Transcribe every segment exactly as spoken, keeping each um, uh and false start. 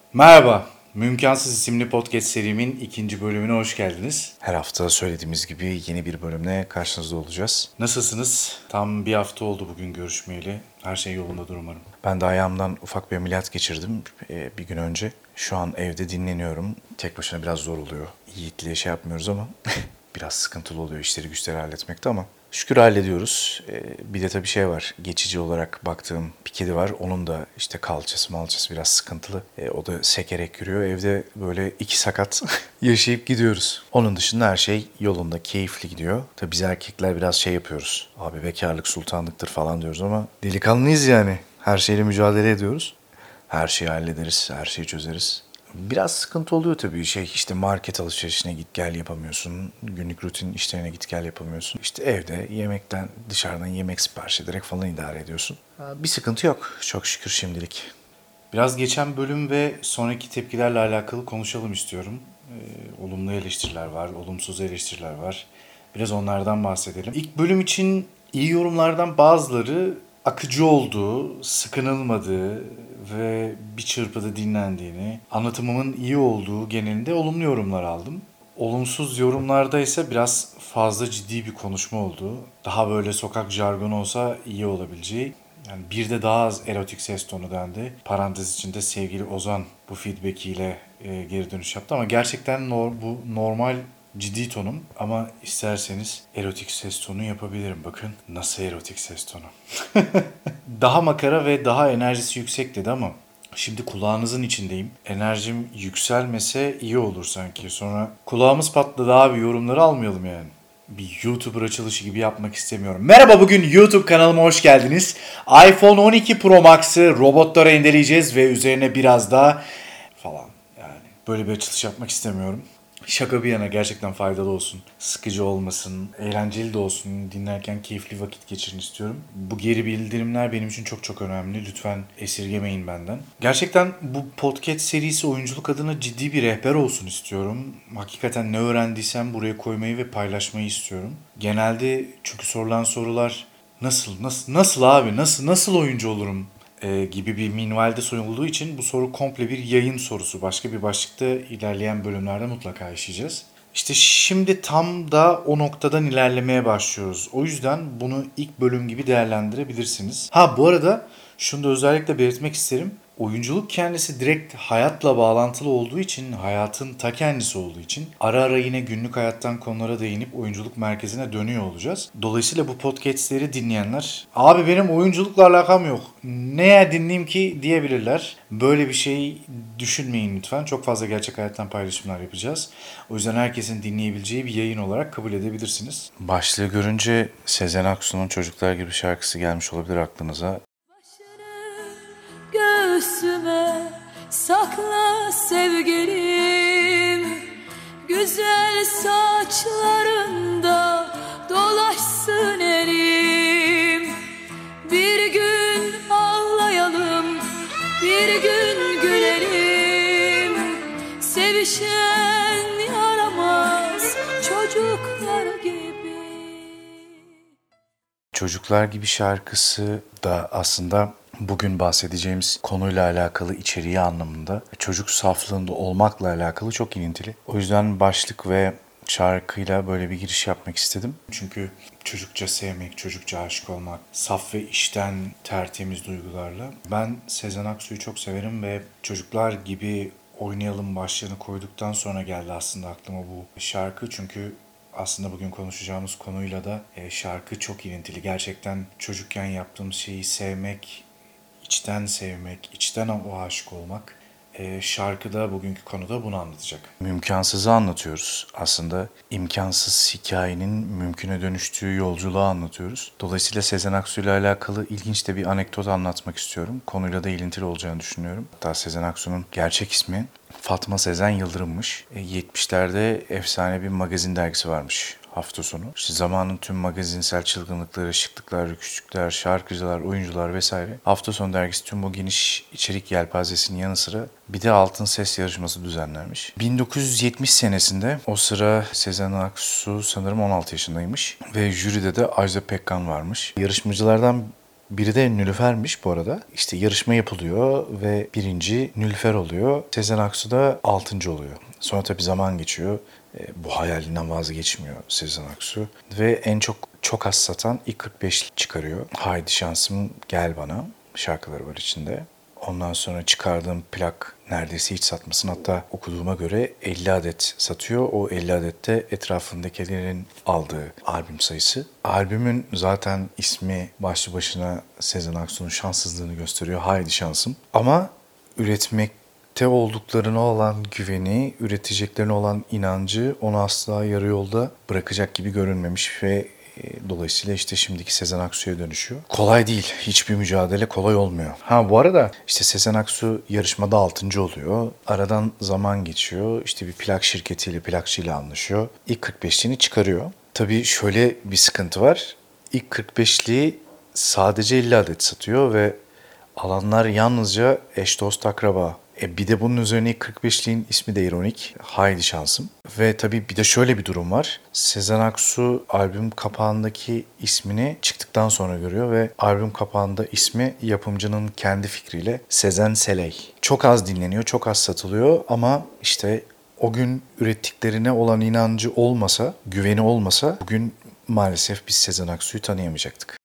Merhaba, Mümkansız isimli podcast serimin ikinci bölümüne hoş geldiniz. Her hafta söylediğimiz gibi yeni bir bölümle karşınızda olacağız. Nasılsınız? Tam bir hafta oldu bugün görüşmeyeli. Her şey yolundadır umarım. Ben de ayağımdan ufak bir ameliyat geçirdim e, bir gün önce. Şu an evde dinleniyorum. Tek başına biraz zor oluyor. Yiğit'le şey yapmıyoruz ama biraz sıkıntılı oluyor işleri güçleri halletmekte ama şükür hallediyoruz. Ee, bir de tabii şey var, geçici olarak baktığım bir kedi var. Onun da işte kalçası malçası biraz sıkıntılı. Ee, o da sekerek yürüyor. Evde böyle iki sakat yaşayıp gidiyoruz. Onun dışında her şey yolunda, keyifli gidiyor. Tabii biz erkekler biraz şey yapıyoruz. Abi bekarlık sultanlıktır falan diyoruz ama delikanlıyız yani. Her şeyle mücadele ediyoruz. Her şeyi hallederiz, her şeyi çözeriz. Biraz sıkıntı oluyor tabii şey işte market alışverişine git gel yapamıyorsun. Günlük rutin işlerine git gel yapamıyorsun. İşte evde yemekten dışarıdan yemek sipariş ederek falan idare ediyorsun. Bir sıkıntı yok çok şükür şimdilik. Biraz geçen bölüm ve sonraki tepkilerle alakalı konuşalım istiyorum. Ee, olumlu eleştiriler var, olumsuz eleştiriler var. Biraz onlardan bahsedelim. İlk bölüm için iyi yorumlardan bazıları akıcı olduğu, sıkınılmadığı ve bir çırpıda dinlendiğini, anlatımımın iyi olduğu genelinde olumlu yorumlar aldım. Olumsuz yorumlarda ise biraz fazla ciddi bir konuşma oldu. Daha böyle sokak jargonu olsa iyi olabileceği. Yani bir de daha az erotik ses tonu dendi. Parantez içinde sevgili Ozan bu feedbackiyle e, geri dönüş yaptı ama gerçekten nor- bu normal ciddi tonum ama isterseniz erotik ses tonu yapabilirim. Bakın nasıl erotik ses tonu. Daha makara ve daha enerjisi yüksek dedi ama şimdi kulağınızın içindeyim. Enerjim yükselmese iyi olur sanki. Sonra kulağımız patladı abi yorumları almayalım yani. Bir YouTuber açılışı gibi yapmak istemiyorum. Merhaba, bugün YouTube kanalıma hoş geldiniz. iPhone on iki Pro Max'ı robotlara indeleyeceğiz ve üzerine biraz da falan yani böyle bir açılış yapmak istemiyorum. Şaka bir yana gerçekten faydalı olsun. Sıkıcı olmasın, eğlenceli de olsun. Dinlerken keyifli vakit geçirin istiyorum. Bu geri bildirimler benim için çok çok önemli. Lütfen esirgemeyin benden. Gerçekten bu podcast serisi oyunculuk adına ciddi bir rehber olsun istiyorum. Hakikaten ne öğrendiysem buraya koymayı ve paylaşmayı istiyorum. Genelde çünkü sorulan sorular nasıl, nasıl, nasıl abi, nasıl, nasıl oyuncu olurum? e, gibi bir minvalde sorulduğu için bu soru komple bir yayın sorusu. Başka bir başlıkta ilerleyen bölümlerde mutlaka işleyeceğiz. İşte şimdi tam da o noktadan ilerlemeye başlıyoruz. O yüzden bunu ilk bölüm gibi değerlendirebilirsiniz. Ha bu arada şunu da özellikle belirtmek isterim. Oyunculuk kendisi direkt hayatla bağlantılı olduğu için, hayatın ta kendisi olduğu için ara ara yine günlük hayattan konulara değinip oyunculuk merkezine dönüyor olacağız. Dolayısıyla bu podcastleri dinleyenler, abi benim oyunculukla alakam yok, neye dinleyeyim ki diyebilirler. Böyle bir şey düşünmeyin lütfen. Çok fazla gerçek hayattan paylaşımlar yapacağız. O yüzden herkesin dinleyebileceği bir yayın olarak kabul edebilirsiniz. Başlığı görünce Sezen Aksu'nun Çocuklar Gibi şarkısı gelmiş olabilir aklınıza. Göğsüme sakla sevgilim, güzel saçlarında dolaşsın elim. Bir gün ağlayalım, bir gün gülelim, sevişen yaramaz çocuklar gibi. Çocuklar Gibi şarkısı da aslında bugün bahsedeceğimiz konuyla alakalı içeriği anlamında çocuk saflığında olmakla alakalı çok ilintili. O yüzden başlık ve şarkıyla böyle bir giriş yapmak istedim. Çünkü çocukça sevmek, çocukça aşık olmak, saf ve içten tertemiz duygularla. Ben Sezen Aksu'yu çok severim ve Çocuklar Gibi Oynayalım başlığını koyduktan sonra geldi aslında aklıma bu şarkı. Çünkü aslında bugün konuşacağımız konuyla da e, şarkı çok ilintili. Gerçekten çocukken yaptığımız şeyi sevmek, içten sevmek, içten o aşık olmak. E, şarkıda bugünkü konuda bunu anlatacak. Mümkansızı anlatıyoruz. Aslında imkansız hikayenin mümküne dönüştüğü yolculuğu anlatıyoruz. Dolayısıyla Sezen Aksu ile alakalı ilginç de bir anekdot anlatmak istiyorum. Konuyla da ilintili olacağını düşünüyorum. Hatta Sezen Aksu'nun gerçek ismi Fatma Sezen Yıldırım'mış. E, yetmişlerde efsane bir magazin dergisi varmış. Hafta sonu. İşte zamanın tüm magazinsel çılgınlıkları, şıklıklar, rüküşlükler, şarkıcılar, oyuncular vesaire. Hafta sonu dergisi tüm bu geniş içerik yelpazesinin yanı sıra bir de Altın Ses yarışması düzenlenmiş. bin dokuz yüz yetmiş senesinde o sıra Sezen Aksu sanırım on altı yaşındaymış ve jüride de Ajda Pekkan varmış. Yarışmacılardan Biri de Nilüfer'miş bu arada. İşte yarışma yapılıyor ve birinci Nilüfer oluyor. Sezen Aksu da altıncı oluyor. Sonra tabii zaman geçiyor. E, bu hayalinden vazgeçmiyor Sezen Aksu. Ve en çok çok az satan ilk kırk beş çıkarıyor. Haydi Şansım Gel Bana şarkıları var içinde. Ondan sonra çıkardığım plak neredeyse hiç satmasın. Hatta okuduğuma göre elli adet satıyor. O elli adette etrafındakilerin aldığı albüm sayısı. Albümün zaten ismi başlı başına Sezen Aksu'nun şanssızlığını gösteriyor. Haydi Şansım. Ama üretmekte olduklarına olan güveni, üreteceklerine olan inancı onu asla yarı yolda bırakacak gibi görünmemiş ve dolayısıyla işte şimdiki Sezen Aksu'ya dönüşüyor. Kolay değil. Hiçbir mücadele kolay olmuyor. Ha bu arada işte Sezen Aksu yarışmada altıncı oluyor. Aradan zaman geçiyor. İşte bir plak şirketiyle, plakçıyla anlaşıyor. İlk kırk beşliğini çıkarıyor. Tabii şöyle bir sıkıntı var. İlk kırk beşliği sadece elli adet satıyor ve alanlar yalnızca eş dost akraba. E bir de bunun üzerine kırk beşliğin ismi de ironik. Haydi Şansım. Ve tabii bir de şöyle bir durum var. Sezen Aksu albüm kapağındaki ismini çıktıktan sonra görüyor ve albüm kapağında ismi yapımcının kendi fikriyle Sezen Seley. Çok az dinleniyor, çok az satılıyor ama işte o gün ürettiklerine olan inancı olmasa, güveni olmasa bugün maalesef biz Sezen Aksu'yu tanıyamayacaktık.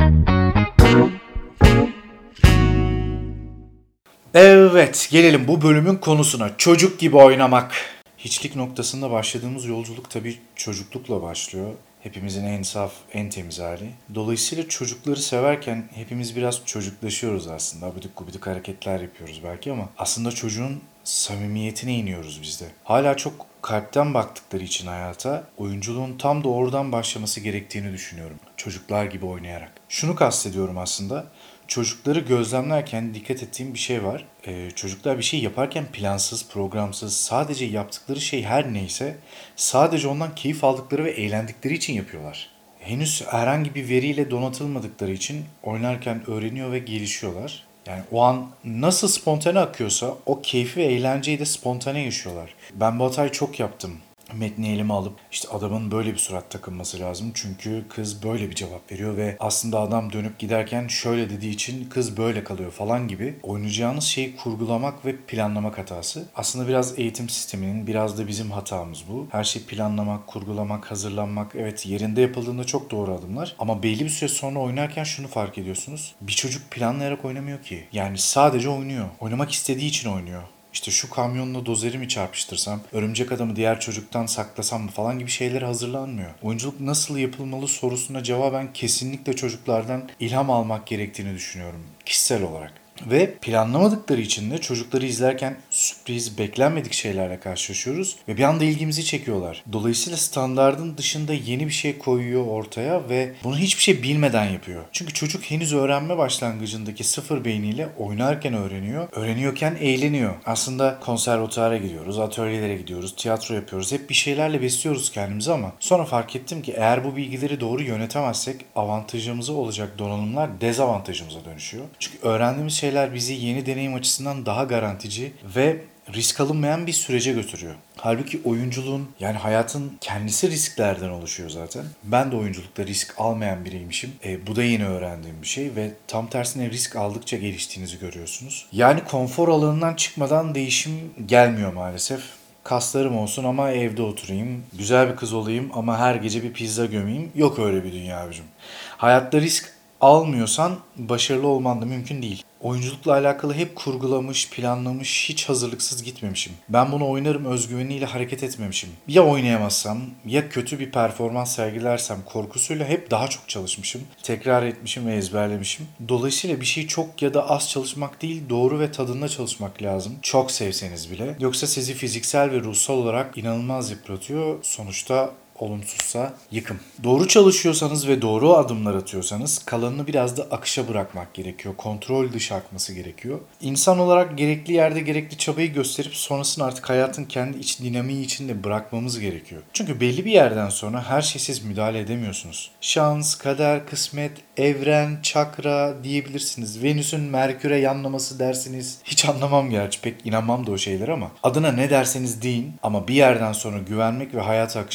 Evet, gelelim bu bölümün konusuna. Çocuk gibi oynamak. Hiçlik noktasında başladığımız yolculuk tabii çocuklukla başlıyor. Hepimizin en saf, en temiz hali. Dolayısıyla çocukları severken hepimiz biraz çocuklaşıyoruz aslında. Abidik gubidik hareketler yapıyoruz belki ama aslında çocuğun samimiyetine iniyoruz biz de. Hala çok kalpten baktıkları için hayata oyunculuğun tam da oradan başlaması gerektiğini düşünüyorum. Çocuklar gibi oynayarak. Şunu kastediyorum aslında. Çocukları gözlemlerken dikkat ettiğim bir şey var. Ee, çocuklar bir şey yaparken plansız, programsız, sadece yaptıkları şey her neyse sadece ondan keyif aldıkları ve eğlendikleri için yapıyorlar. Henüz herhangi bir veriyle donatılmadıkları için oynarken öğreniyor ve gelişiyorlar. Yani o an nasıl spontane akıyorsa o keyfi ve eğlenceyi de spontane yaşıyorlar. Ben bu hatayı çok yaptım. Metni elime alıp işte adamın böyle bir surat takınması lazım çünkü kız böyle bir cevap veriyor ve aslında adam dönüp giderken şöyle dediği için kız böyle kalıyor falan gibi oynayacağınız şeyi kurgulamak ve planlamak hatası. Aslında biraz eğitim sisteminin, biraz da bizim hatamız bu. Her şeyi planlamak, kurgulamak, hazırlanmak, evet yerinde yapıldığında çok doğru adımlar ama belli bir süre sonra oynarken şunu fark ediyorsunuz. Bir çocuk planlayarak oynamıyor ki. Yani sadece oynuyor. Oynamak istediği için oynuyor. İşte şu kamyonla dozeri mi çarpıştırsam, örümcek adamı diğer çocuktan saklasam mı falan gibi şeyler hazırlanmıyor. Oyunculuk nasıl yapılmalı sorusuna cevaben kesinlikle çocuklardan ilham almak gerektiğini düşünüyorum kişisel olarak. Ve planlamadıkları için de çocukları izlerken sürpriz, beklenmedik şeylerle karşılaşıyoruz ve bir anda ilgimizi çekiyorlar. Dolayısıyla standardın dışında yeni bir şey koyuyor ortaya ve bunu hiçbir şey bilmeden yapıyor. Çünkü çocuk henüz öğrenme başlangıcındaki sıfır beyniyle oynarken öğreniyor, öğreniyorken eğleniyor. Aslında konservatuara gidiyoruz, atölyelere gidiyoruz, tiyatro yapıyoruz, hep bir şeylerle besliyoruz kendimizi ama sonra fark ettim ki eğer bu bilgileri doğru yönetemezsek avantajımıza olacak donanımlar dezavantajımıza dönüşüyor. Çünkü öğrendiğimiz şey şeyler bizi yeni deneyim açısından daha garantici ve risk alınmayan bir sürece götürüyor. Halbuki oyunculuğun yani hayatın kendisi risklerden oluşuyor zaten. Ben de oyunculukta risk almayan biriymişim. E, bu da yeni öğrendiğim bir şey ve tam tersine risk aldıkça geliştiğinizi görüyorsunuz. Yani konfor alanından çıkmadan değişim gelmiyor maalesef. Kaslarım olsun ama evde oturayım. Güzel bir kız olayım ama her gece bir pizza gömeyim. Yok öyle bir dünya abicim. Hayatta risk almıyorsan başarılı olman da mümkün değil. Oyunculukla alakalı hep kurgulamış, planlamış, hiç hazırlıksız gitmemişim. Ben bunu oynarım özgüveniyle hareket etmemişim. Ya oynayamazsam, ya kötü bir performans sergilersem korkusuyla hep daha çok çalışmışım. Tekrar etmişim ve ezberlemişim. Dolayısıyla bir şey çok ya da az çalışmak değil, doğru ve tadında çalışmak lazım. Çok sevseniz bile. Yoksa sizi fiziksel ve ruhsal olarak inanılmaz yıpratıyor. Sonuçta olumsuzsa yıkım. Doğru çalışıyorsanız ve doğru adımlar atıyorsanız kalanını biraz da akışa bırakmak gerekiyor. Kontrol dışı akması gerekiyor. İnsan olarak gerekli yerde gerekli çabayı gösterip sonrasını artık hayatın kendi iç dinamiği içinde bırakmamız gerekiyor. Çünkü belli bir yerden sonra her şeye siz müdahale edemiyorsunuz. Şans, kader, kısmet, evren, çakra diyebilirsiniz. Venüs'ün Merkür'e yanlaması dersiniz. Hiç anlamam gerçi pek inanmam da o şeyler ama adına ne derseniz deyin ama bir yerden sonra güvenmek ve hayat akışına bırakmak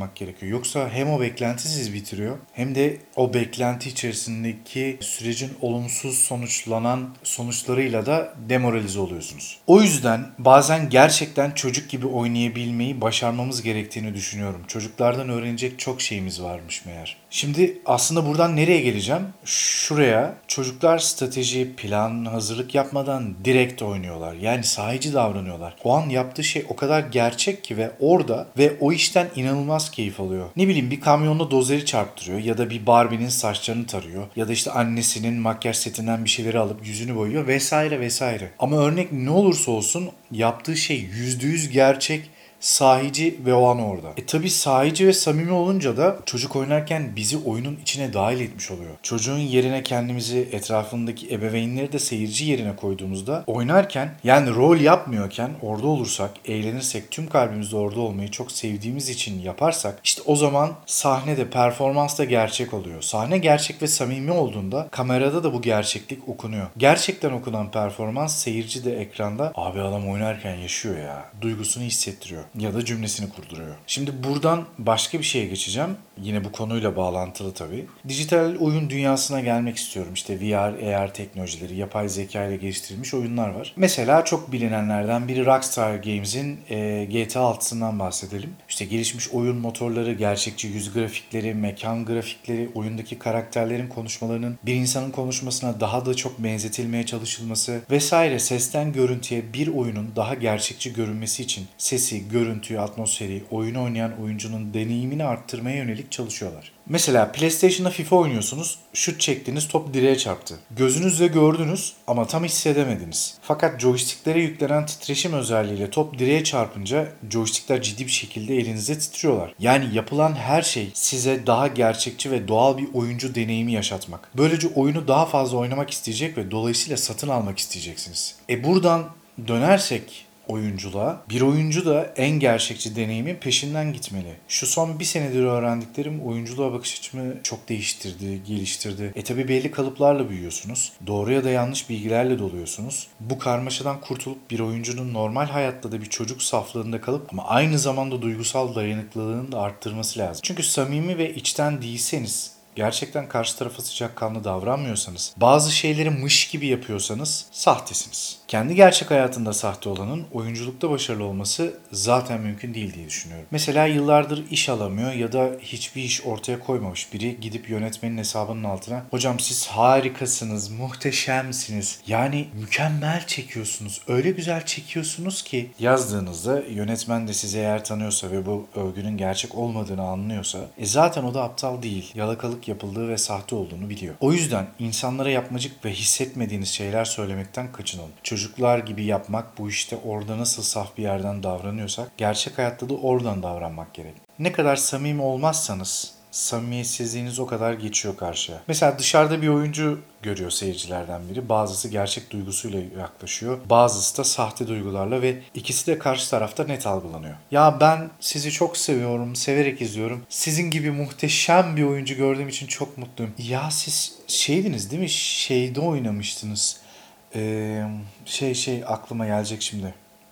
yapmak gerekiyor. Yoksa hem o beklenti sizi bitiriyor hem de o beklenti içerisindeki sürecin olumsuz sonuçlanan sonuçlarıyla da demoralize oluyorsunuz. O yüzden bazen gerçekten çocuk gibi oynayabilmeyi başarmamız gerektiğini düşünüyorum. Çocuklardan öğrenecek çok şeyimiz varmış meğer. Şimdi aslında buradan nereye geleceğim? Şuraya. Çocuklar strateji, plan, hazırlık yapmadan direkt oynuyorlar. Yani sahici davranıyorlar. O an yaptığı şey o kadar gerçek ki ve orada ve o işten inanılmaz keyif alıyor. Ne bileyim bir kamyonla dozeri çarptırıyor ya da bir Barbie'nin saçlarını tarıyor ya da işte annesinin makyaj setinden bir şeyleri alıp yüzünü boyuyor vesaire vesaire. Ama örnek ne olursa olsun yaptığı şey yüzde yüz gerçek, sahici ve o an orada. E tabi sahici ve samimi olunca da çocuk oynarken bizi oyunun içine dahil etmiş oluyor. Çocuğun yerine kendimizi, etrafındaki ebeveynleri de seyirci yerine koyduğumuzda oynarken, yani rol yapmıyorken orada olursak, eğlenirsek, tüm kalbimizde orada olmayı çok sevdiğimiz için yaparsak işte o zaman sahnede, performans da gerçek oluyor. Sahne gerçek ve samimi olduğunda kamerada da bu gerçeklik okunuyor. Gerçekten okunan performans seyirci de ekranda abi adam oynarken yaşıyor ya duygusunu hissettiriyor ya da cümlesini kurduruyor. Şimdi buradan başka bir şeye geçeceğim. Yine bu konuyla bağlantılı tabii. Dijital oyun dünyasına gelmek istiyorum. İşte V R, A R teknolojileri, yapay zeka ile geliştirilmiş oyunlar var. Mesela çok bilinenlerden biri Rockstar Games'in e, G T A altısından bahsedelim. İşte gelişmiş oyun motorları, gerçekçi yüz grafikleri, mekan grafikleri, oyundaki karakterlerin konuşmalarının bir insanın konuşmasına daha da çok benzetilmeye çalışılması vesaire, sesten görüntüye bir oyunun daha gerçekçi görünmesi için sesi, görüntüyü, atmosferi, oyunu oynayan oyuncunun deneyimini arttırmaya yönelik çalışıyorlar. Mesela PlayStation'da FIFA oynuyorsunuz, şut çektiniz, top direğe çarptı. Gözünüzle gördünüz ama tam hissedemediniz. Fakat joysticklere yüklenen titreşim özelliğiyle top direğe çarpınca joystickler ciddi bir şekilde elinizde titriyorlar. Yani yapılan her şey size daha gerçekçi ve doğal bir oyuncu deneyimi yaşatmak. Böylece oyunu daha fazla oynamak isteyecek ve dolayısıyla satın almak isteyeceksiniz. E buradan dönersek oyunculuğa, bir oyuncu da en gerçekçi deneyimin peşinden gitmeli. Şu son bir senedir öğrendiklerim oyunculuğa bakış açımı çok değiştirdi, geliştirdi. E tabi belli kalıplarla büyüyorsunuz. Doğru ya da yanlış bilgilerle doluyorsunuz. Bu karmaşadan kurtulup bir oyuncunun normal hayatta da bir çocuk saflığında kalıp ama aynı zamanda duygusal dayanıklılığını da arttırması lazım. Çünkü samimi ve içten değilseniz, gerçekten karşı tarafa sıcakkanlı davranmıyorsanız, bazı şeyleri mış gibi yapıyorsanız sahtesiniz. Kendi gerçek hayatında sahte olanın oyunculukta başarılı olması zaten mümkün değil diye düşünüyorum. Mesela yıllardır iş alamıyor ya da hiçbir iş ortaya koymamış biri gidip yönetmenin hesabının altına "Hocam siz harikasınız, muhteşemsiniz. Yani mükemmel çekiyorsunuz. Öyle güzel çekiyorsunuz ki" yazdığınızda yönetmen de sizi eğer tanıyorsa ve bu övgünün gerçek olmadığını anlıyorsa e zaten o da aptal değil. Yalakalık yapıldığı ve sahte olduğunu biliyor. O yüzden insanlara yapmacık ve hissetmediğiniz şeyler söylemekten kaçının. Çocuklar gibi yapmak, bu işte orada nasıl saf bir yerden davranıyorsak gerçek hayatta da oradan davranmak gerek. Ne kadar samimi olmazsanız samimiyetsizliğiniz o kadar geçiyor karşıya. Mesela dışarıda bir oyuncu görüyor seyircilerden biri. Bazısı gerçek duygusuyla yaklaşıyor. Bazısı da sahte duygularla ve ikisi de karşı tarafta net algılanıyor. Ya ben sizi çok seviyorum, severek izliyorum. Sizin gibi muhteşem bir oyuncu gördüğüm için çok mutluyum. Ya siz şeydiniz değil mi? Şeyde oynamıştınız. Ee, şey şey aklıma gelecek şimdi.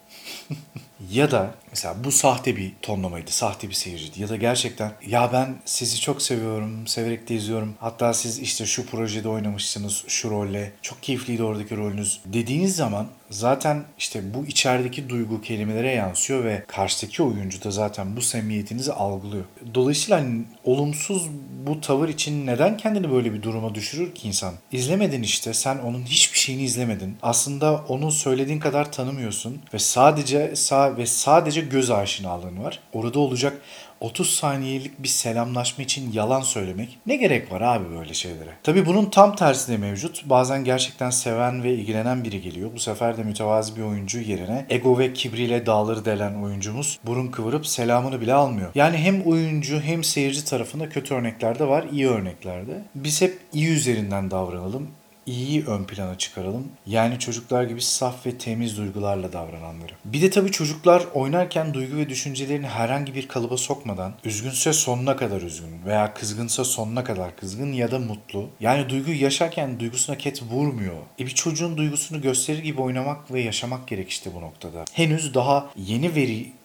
Ya da mesela bu sahte bir tonlamaydı, sahte bir seyirciydi. Ya da gerçekten ya ben sizi çok seviyorum, severek de izliyorum. Hatta siz işte şu projede oynamışsınız şu rolle. Çok keyifliydi oradaki rolünüz dediğiniz zaman zaten işte bu içerideki duygu kelimelere yansıyor ve karşıdaki oyuncu da zaten bu samimiyetinizi algılıyor. Dolayısıyla hani olumsuz bu tavır için neden kendini böyle bir duruma düşürür ki insan? İzlemedin işte, sen onun hiçbir şeyini izlemedin. Aslında onu söylediğin kadar tanımıyorsun ve sadece sağ ve sadece göz aşinalığın var. Orada olacak otuz saniyelik bir selamlaşma için yalan söylemek ne gerek var abi böyle şeylere? Tabii bunun tam tersi de mevcut. Bazen gerçekten seven ve ilgilenen biri geliyor. Bu sefer de mütevazi bir oyuncu yerine ego ve kibriyle dağları delen oyuncumuz burun kıvırıp selamını bile almıyor. Yani hem oyuncu hem seyirci tarafında kötü örnekler de var, iyi örnekler de. Biz hep iyi üzerinden davranalım. İyiyi ön plana çıkaralım. Yani çocuklar gibi saf ve temiz duygularla davrananları. Bir de tabii çocuklar oynarken duygu ve düşüncelerini herhangi bir kalıba sokmadan, üzgünse sonuna kadar üzgün veya kızgınsa sonuna kadar kızgın ya da mutlu. Yani duyguyu yaşarken duygusuna ket vurmuyor. E bir çocuğun duygusunu gösterir gibi oynamak ve yaşamak gerek işte bu noktada. Henüz daha yeni veri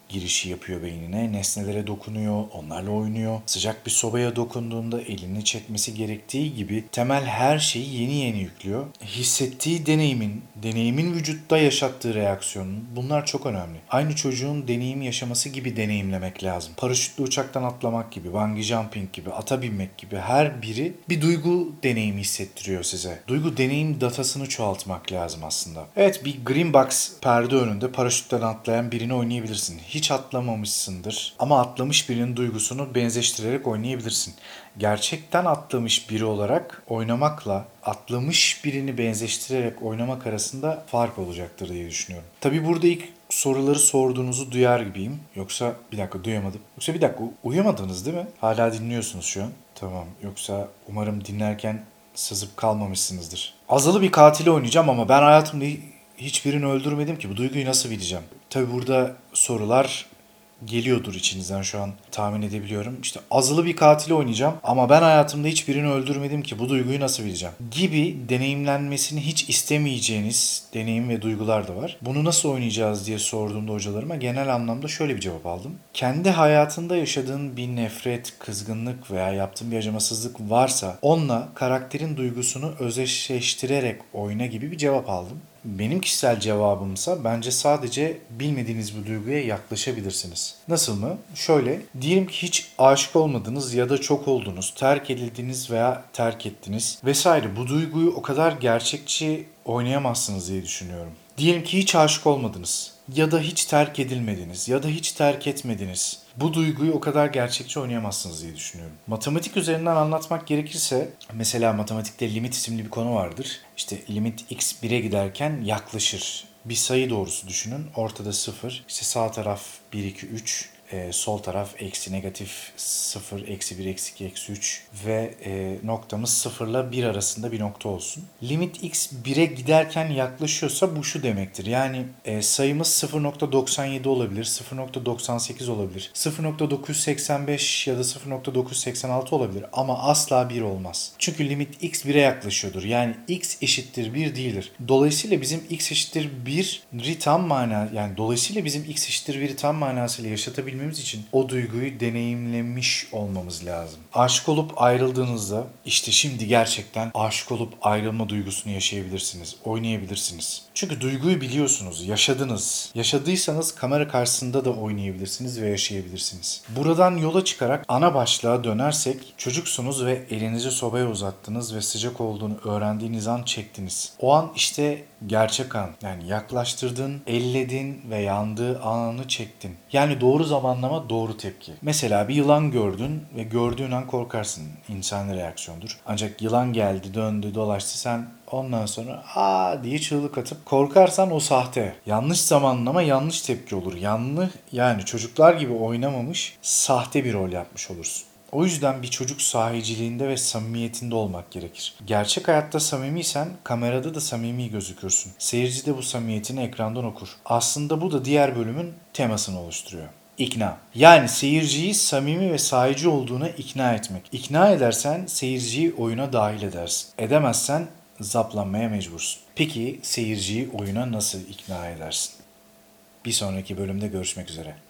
girişi yapıyor beynine. Nesnelere dokunuyor, onlarla oynuyor. Sıcak bir sobaya dokunduğunda elini çekmesi gerektiği gibi temel her şeyi yeni yeni yüklüyor. Hissettiği deneyimin, deneyimin vücutta yaşattığı reaksiyonun, bunlar çok önemli. Aynı çocuğun deneyim yaşaması gibi deneyimlemek lazım. Paraşütle uçaktan atlamak gibi, bungee jumping gibi, ata binmek gibi her biri bir duygu deneyimi hissettiriyor size. Duygu deneyim datasını çoğaltmak lazım aslında. Evet, bir green box perde önünde paraşütten atlayan birini oynayabilirsin. Hiç atlamamışsındır ama atlamış birinin duygusunu benzeştirerek oynayabilirsin. Gerçekten atlamış biri olarak oynamakla atlamış birini benzeştirerek oynamak arasında fark olacaktır diye düşünüyorum. Tabii burada ilk soruları sorduğunuzu duyar gibiyim. Yoksa bir dakika duyamadım. Yoksa bir dakika uyuyamadınız değil mi? Hala dinliyorsunuz şu an. Tamam. Yoksa umarım dinlerken sızıp kalmamışsınızdır. Azılı bir katili oynayacağım ama ben hayatımda hiçbirini öldürmedim ki. Bu duyguyu nasıl bileceğim? Tabii burada sorular geliyordur içinizden, şu an tahmin edebiliyorum. İşte azılı bir katili oynayacağım ama ben hayatımda hiçbirini öldürmedim ki, bu duyguyu nasıl bileceğim? Gibi deneyimlenmesini hiç istemeyeceğiniz deneyim ve duygular da var. Bunu nasıl oynayacağız diye sorduğumda hocalarıma genel anlamda şöyle bir cevap aldım. Kendi hayatında yaşadığın bir nefret, kızgınlık veya yaptığın bir acımasızlık varsa onunla karakterin duygusunu özdeşleştirerek oyna gibi bir cevap aldım. Benim kişisel cevabımsa bence sadece bilmediğiniz bu duyguya yaklaşabilirsiniz. Nasıl mı? Şöyle, diyelim ki hiç aşık olmadınız ya da çok oldunuz, terk edildiniz veya terk ettiniz vesaire. Bu duyguyu o kadar gerçekçi oynayamazsınız diye düşünüyorum. Diyelim ki hiç aşık olmadınız ya da hiç terk edilmediniz ya da hiç terk etmediniz. Bu duyguyu o kadar gerçekçi oynayamazsınız diye düşünüyorum. Matematik üzerinden anlatmak gerekirse, mesela matematikte limit isimli bir konu vardır. İşte limit x bire giderken yaklaşır. Bir sayı doğrusu düşünün. Ortada sıfır. İşte sağ taraf bir, iki, üç. E, sol taraf eksi negatif sıfır, eksi bir, eksi iki, eksi üç ve e, noktamız sıfırla bir arasında bir nokta olsun. Limit x bire giderken yaklaşıyorsa bu şu demektir. Yani e, sayımız sıfır nokta doksan yedi olabilir, sıfır nokta doksan sekiz olabilir, sıfır nokta dokuz yüz seksen beş ya da sıfır nokta dokuz yüz seksen altı olabilir ama asla bir olmaz. Çünkü limit x bire yaklaşıyordur. Yani x eşittir bir değildir. Dolayısıyla bizim x eşittir bir'i tam mana, yani dolayısıyla bizim x eşittir bir'i tam manasıyla yaşatabilmemiz için o duyguyu deneyimlemiş olmamız lazım. Aşık olup ayrıldığınızda işte şimdi gerçekten aşık olup ayrılma duygusunu yaşayabilirsiniz, oynayabilirsiniz. Çünkü duyguyu biliyorsunuz, yaşadınız. Yaşadıysanız kamera karşısında da oynayabilirsiniz ve yaşayabilirsiniz. Buradan yola çıkarak ana başlığa dönersek, çocuksunuz ve elinizi sobaya uzattınız ve sıcak olduğunu öğrendiğiniz an çektiniz. O an işte gerçek an. Yani yaklaştırdın, elledin ve yandığı anı çektin. Yani doğru zamanlama, doğru tepki. Mesela bir yılan gördün ve gördüğün an korkarsın. İnsani reaksiyondur. Ancak yılan geldi, döndü, dolaştı, sen ondan sonra aa diye çığlık atıp korkarsan o sahte. Yanlış zamanlama, yanlış tepki olur. Yanlış, yani çocuklar gibi oynamamış, sahte bir rol yapmış olursun. O yüzden bir çocuk sahiciliğinde ve samimiyetinde olmak gerekir. Gerçek hayatta samimiysen kamerada da samimi gözükürsün. Seyirci de bu samimiyetini ekrandan okur. Aslında bu da diğer bölümün temasını oluşturuyor. İkna. Yani seyirciyi samimi ve sahici olduğuna ikna etmek. İkna edersen seyirciyi oyuna dahil edersin. Edemezsen zaplanmaya mecbursun. Peki seyirciyi oyuna nasıl ikna edersin? Bir sonraki bölümde görüşmek üzere.